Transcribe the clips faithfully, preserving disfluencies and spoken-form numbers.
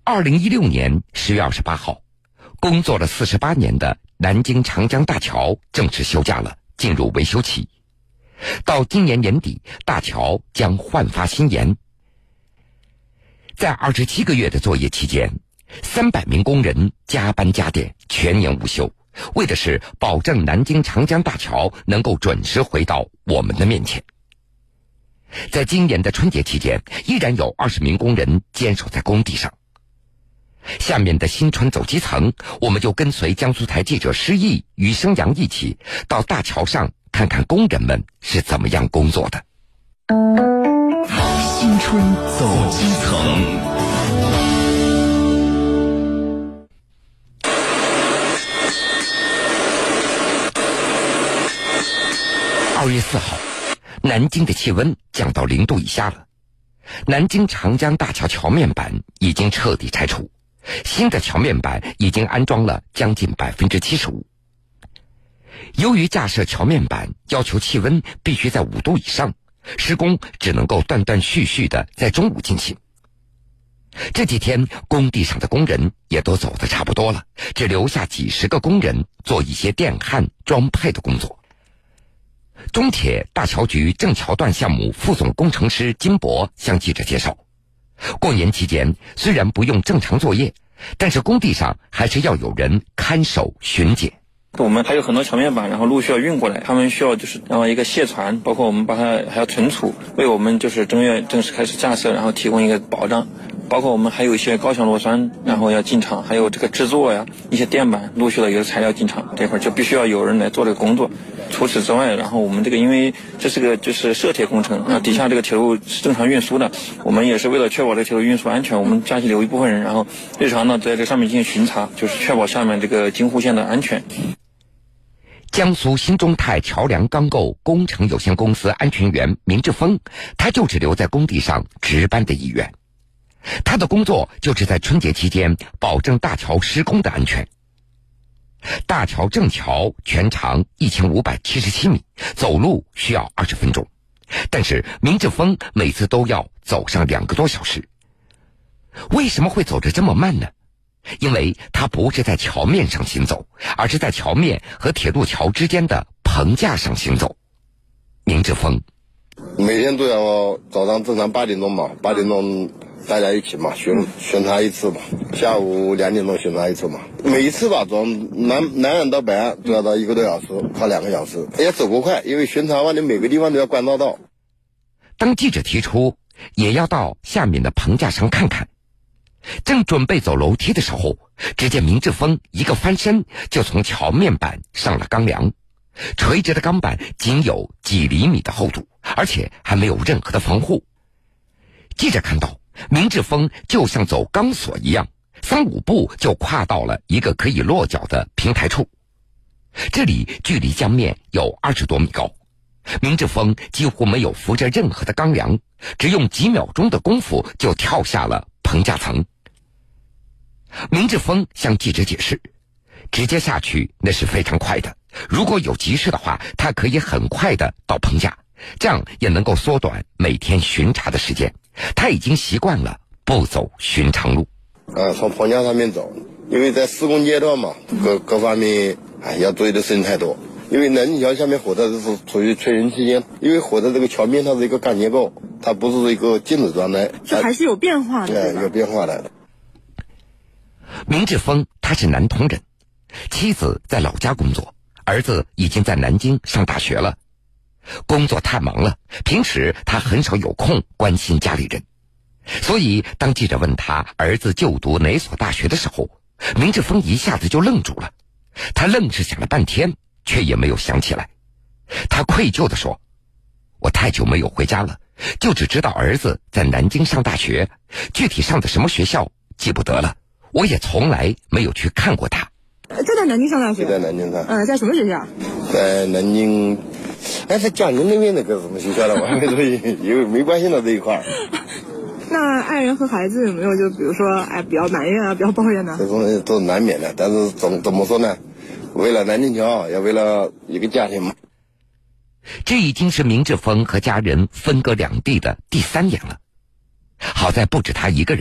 二零一六年十月二十八号，工作了四十八年的南京长江大桥正式休假了，进入维修期。到今年年底，大桥将焕发新颜。在二十七个月的作业期间，三百名工人加班加点，全年无休，为的是保证南京长江大桥能够准时回到我们的面前。在今年的春节期间，依然有二十名工人坚守在工地上。下面的新春走基层，我们就跟随江苏台记者施毅、于生阳一起到大桥上看看工人们是怎么样工作的。 新春走基层。 二月四号，南京的气温降到零度以下了。南京长江大桥桥面板已经彻底拆除，新的桥面板已经安装了将近百分之七十五。由于架设桥面板要求气温必须在五度以上，施工只能够断断续续的在中午进行。这几天工地上的工人也都走得差不多了，只留下几十个工人做一些电焊装配的工作。中铁大桥局正桥段项目副总工程师金博向记者介绍，过年期间虽然不用正常作业，但是工地上还是要有人看守巡检。 我们还有很多桥面板，然后陆续要运过来，他们需要就是然后一个卸船，包括我们把它还要存储，为我们就是正月正式开始架设，然后提供一个保障。包括我们还有一些高强螺栓，然后要进场，还有这个制作呀，一些电板陆续的有材料进场，这块就必须要有人来做这个工作。除此之外，然后我们这个因为这是个就是涉铁工程啊，底下这个铁路是正常运输的，我们也是为了确保这个铁路运输安全，我们加起留一部分人，然后日常呢在这上面进行巡查，就是确保下面这个京沪线的安全。 江苏新中泰桥梁钢构工程有限公司安全员明志峰，他就只留在工地上值班的一员。他的工作就是在春节期间保证大桥施工的安全。大桥正桥全长一千五百七十七米，走路需要二十分钟，但是明志峰每次都要走上两个多小时。为什么会走得这么慢呢？因为他不是在桥面上行走，而是在桥面和铁路桥之间的棚架上行走。明志峰每天都要早上正常八点钟嘛，八点钟大家一起嘛巡巡查一次嘛，下午两点钟巡查一次嘛。每一次吧，从南南岸到北岸都要到一个多小时，跑两个小时，也走不快，因为巡查完你每个地方都要关照到。 当记者提出也要到下面的棚架上看看，正准备走楼梯的时候，只见明志峰一个翻身就从桥面板上了钢梁，垂直的钢板仅有几厘米的厚度，而且还没有任何的防护。记者看到明志峰就像走钢索一样，三五步就跨到了一个可以落脚的平台处。这里距离江面有二十多米高，明志峰几乎没有扶着任何的钢梁，只用几秒钟的功夫就跳下了棚架层。明志峰向记者解释，直接下去那是非常快的，如果有急事的话，他可以很快的到棚架，这样也能够缩短每天巡查的时间。他已经习惯了不走寻常路。 啊，从棚架上面走，因为在施工阶段嘛，各各方面哎要注意的事情太多。因为南京桥下面火车是处于确认期间，因为火车这个桥面它是一个钢结构，它不是一个静止状态， 这还是有变化的。 对，有变化的。 明志峰他是南通人，妻子在老家工作，儿子已经在南京上大学了。工作太忙了，平时他很少有空关心家里人，所以当记者问他儿子就读哪所大学的时候，明志峰一下子就愣住了。他愣是想了半天，却也没有想起来。他愧疚地说，我太久没有回家了，就只知道儿子在南京上大学，具体上的什么学校记不得了，我也从来没有去看过他。 就在南京上大学？ 就在南京上。 嗯、呃，在什么学校？ 在南京，哎，在江宁那边那个什么学校的，我还没注意，因为没关心到这一块儿。 那爱人和孩子有没有就比如说哎比较埋怨啊，比较抱怨呢？ 这种都是难免的，但是怎怎么说呢？为了南京桥，也为了一个家庭嘛。 这已经是明志峰和家人分隔两地的第三年了。好在不止他一个人，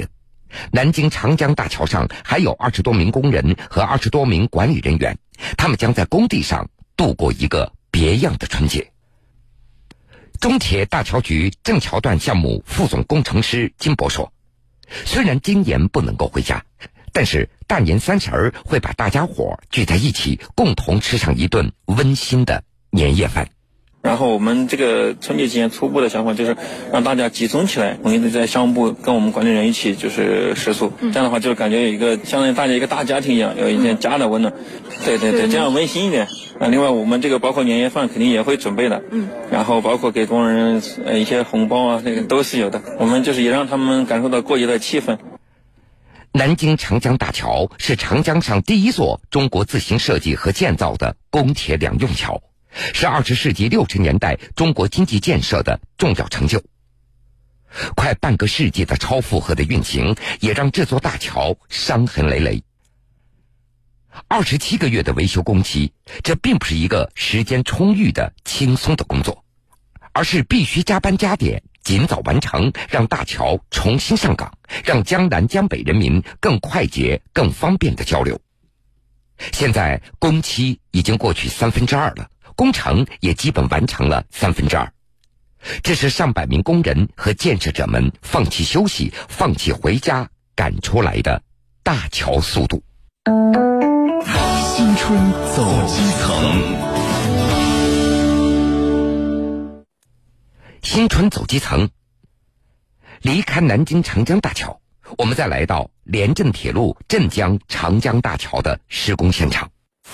南京长江大桥上还有二十多名工人和二十多名管理人员，他们将在工地上度过一个别样的春节。中铁大桥局正桥段项目副总工程师金博说，虽然今年不能够回家，但是大年三十儿会把大家伙聚在一起，共同吃上一顿温馨的年夜饭。 然后我们这个春节期间初步的想法就是让大家集中起来，统一在项目部跟我们管理人一起就是食宿，这样的话就感觉有一个相当于大家一个大家庭一样，有一点家的温暖。对对对，这样温馨一点。啊，另外我们这个包括年夜饭肯定也会准备的，嗯，然后包括给工人呃一些红包啊，这个都是有的。我们就是也让他们感受到过节的气氛。 南京长江大桥是长江上第一座中国自行设计和建造的公铁两用桥，是二十世纪六十年代中国经济建设的重要成就。快半个世纪的超负荷的运行，也让这座大桥伤痕累累。二十七个月的维修工期，这并不是一个时间充裕的轻松的工作，而是必须加班加点，尽早完成，让大桥重新上岗，让江南江北人民更快捷、更方便的交流。现在工期已经过去三分之二了，工程也基本完成了三分之二。这是上百名工人和建设者们放弃休息、放弃回家赶出来的大桥速度。 新春走基层， 新春走基层。离开南京长江大桥，我们再来到连镇铁路镇江长江大桥的施工现场。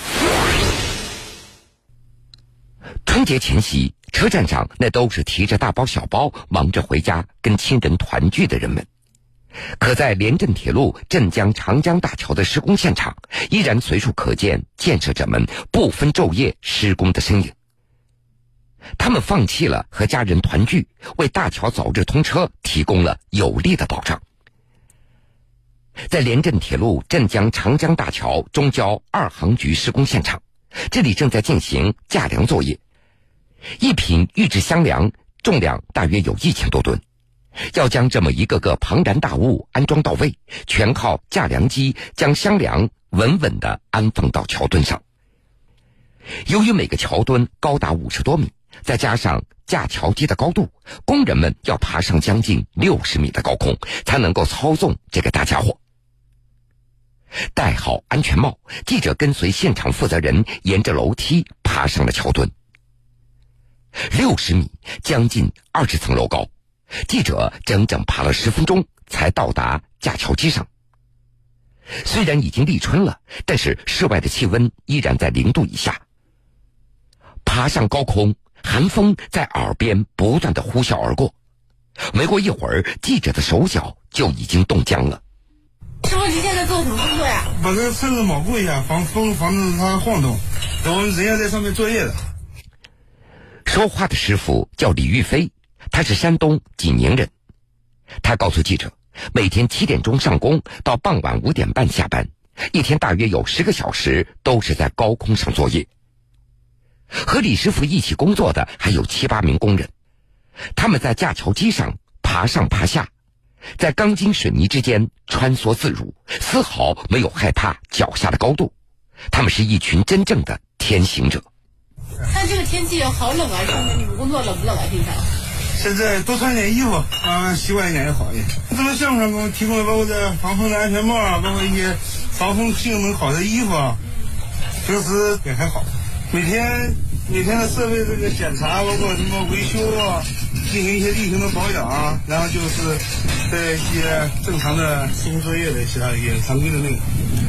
春节前夕，车站上那都是提着大包小包忙着回家跟亲人团聚的人们。可在连镇铁路镇江长江大桥的施工现场，依然随处可见建设者们不分昼夜施工的身影。他们放弃了和家人团聚，为大桥早日通车提供了有力的保障。在连镇铁路镇江长江大桥中交二航局施工现场，这里正在进行架梁作业。一品预制箱梁重量大约有一千多吨，要将这么一个个庞然大物安装到位，全靠架梁机将箱梁稳稳地安放到桥墩上。由于每个桥墩高达五十多米，再加上架桥机的高度，工人们要爬上将近六十米的高空，才能够操纵这个大家伙。戴好安全帽，记者跟随现场负责人沿着楼梯爬上了桥墩。六十米，将近二十层楼高，记者整整爬了十分钟才到达架桥机上。虽然已经立春了，但是室外的气温依然在零度以下。爬上高空，寒风在耳边不断的呼啸而过。没过一会儿，记者的手脚就已经冻僵了。 师傅，您现在做什么工作呀？ 把这个车子锚固一下，防风，防止它晃动。我们人要在上面作业的。 说话的师傅叫李玉飞，他是山东济宁人。他告诉记者，每天七点钟上工，到傍晚五点半下班，一天大约有十个小时都是在高空上作业。和李师傅一起工作的还有七八名工人，他们在架桥机上爬上爬下，在钢筋水泥之间穿梭自如，丝毫没有害怕脚下的高度。他们是一群真正的天行者。 看这个天气好冷啊，兄弟，你们工作冷不冷啊？平常？ 现在多穿点衣服，啊，习惯一点也好一点。这个项目上给我们提供了包括这防风的安全帽啊，包括一些防风性能好的衣服啊，平时也还好。每天每天的设备这个检查，包括什么维修啊，进行一些例行的保养啊，然后就是在一些正常的施工作业的其他一些常规的内容。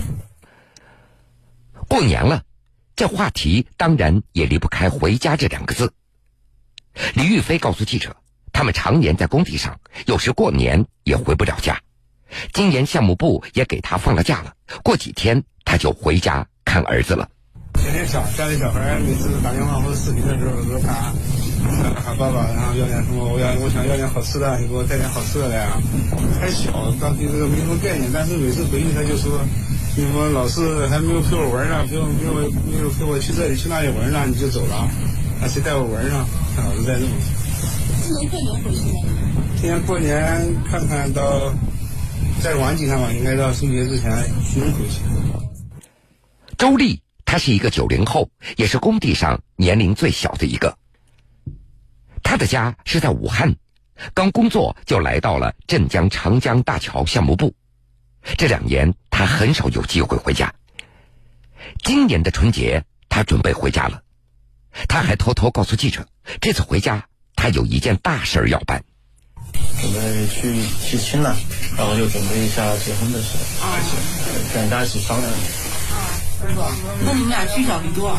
过年了，这话题当然也离不开回家这两个字。李玉飞告诉记者，他们常年在工地上，有时过年也回不了家。今年项目部也给他放了假了，过几天他就回家看儿子了。 天天想家里小孩每次打电话或者视频的时候都喊喊爸爸，然后要点什么，我要我想要点好吃的，你给我带点好吃的来啊。还小，当时这个没什么概念，但是每次回去他就说，你说老师还没有陪我玩呢，没有没有没有陪我去这里去那里玩呢，你就走了，那谁带我玩呢？老是在这么说。 今年过年回去吗？ 今年过年看看到再晚几天吧，应该到春节之前就能回去。 周丽，她是一个九零后，也是工地上年龄最小的一个。她的家是在武汉，刚工作就来到了镇江长江大桥项目部。这两年她很少有机会回家。今年的春节，她准备回家了。她还偷偷告诉记者，这次回家她有一件大事要办。 准备去提亲了，然后就准备一下结婚的事，啊，跟大家一起商量。 啊，那你们俩聚少离多？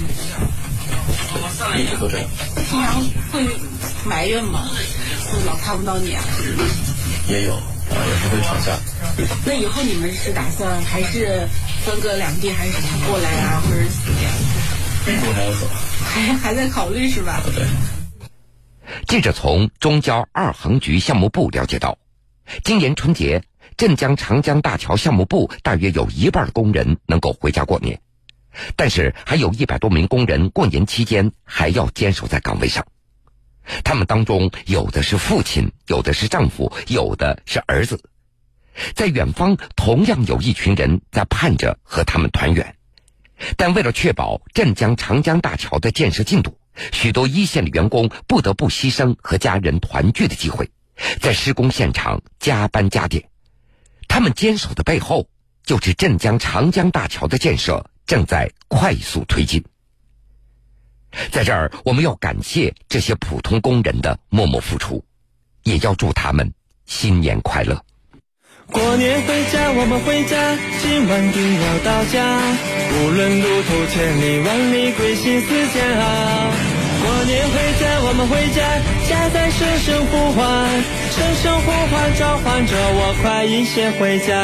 一直都这样。 经常会埋怨吗？会老看不到你啊？ 也有，啊，有时候会吵架。 那以后你们是打算还是分隔两地，还是他过来啊，或者怎么样？ 路还要走， 还还在考虑是吧？ 对。 记者从中交二航局项目部了解到，今年春节镇江长江大桥项目部大约有一半的工人能够回家过年，但是还有一百多名工人过年期间还要坚守在岗位上。他们当中有的是父亲，有的是丈夫，有的是儿子。在远方同样有一群人在盼着和他们团圆，但为了确保镇江长江大桥的建设进度，许多一线的员工不得不牺牲和家人团聚的机会，在施工现场加班加点。他们坚守的背后，就是镇江长江大桥的建设正在快速推进。在这儿，我们要感谢这些普通工人的默默付出，也要祝他们新年快乐。 过年回家，我们回家，今晚定要到家。无论路途千里万里，归心似箭啊。过年回家，我们回家，家在声声呼唤，声声呼唤召唤着我，快一些回家。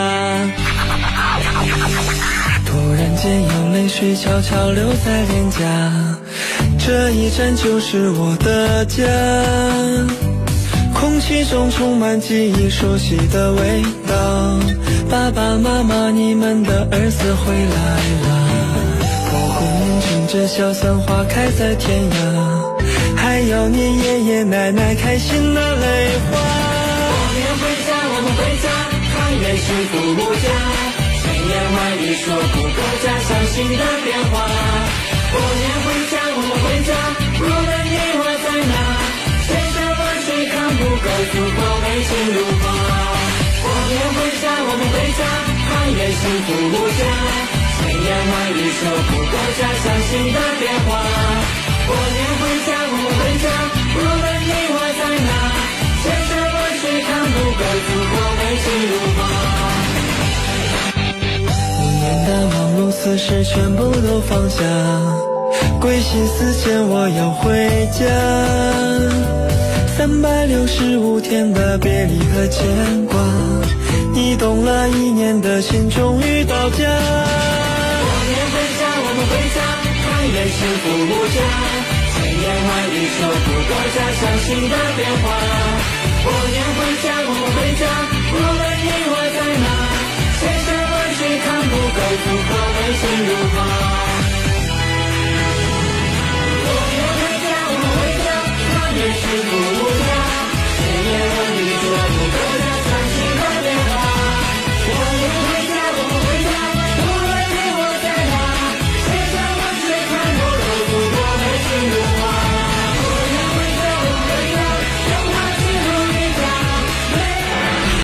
突然间有泪水悄悄流在脸颊，这一站就是我的家。空气中充满记忆熟悉的味道，爸爸妈妈，你们的儿子回来了。火红迎春，这小伞花开在天涯，还要念爷爷奶奶开心的泪花。过年回家，我们回家，团圆幸福无价，千言万语说不够家乡新的变化。过年回家，我们回家，无论你我在哪，不够祖国美景如画。过年回家，我们回家，团圆幸福无价，千言万语说不够家乡新的变化。过年回家，我们回家，无论你我在哪，千山万水看不够祖国美景如画。一年的忙碌此时全部都放下，归心似箭我要回家。三百六十五天的别离和牵挂，你懂了，一年的心终于到家。过年回家，我们回家，团圆幸福无价，千言万语说不够家乡新的变化。过年回家，我们回家，无论你我在哪，千山万水看不够祖国美景如画。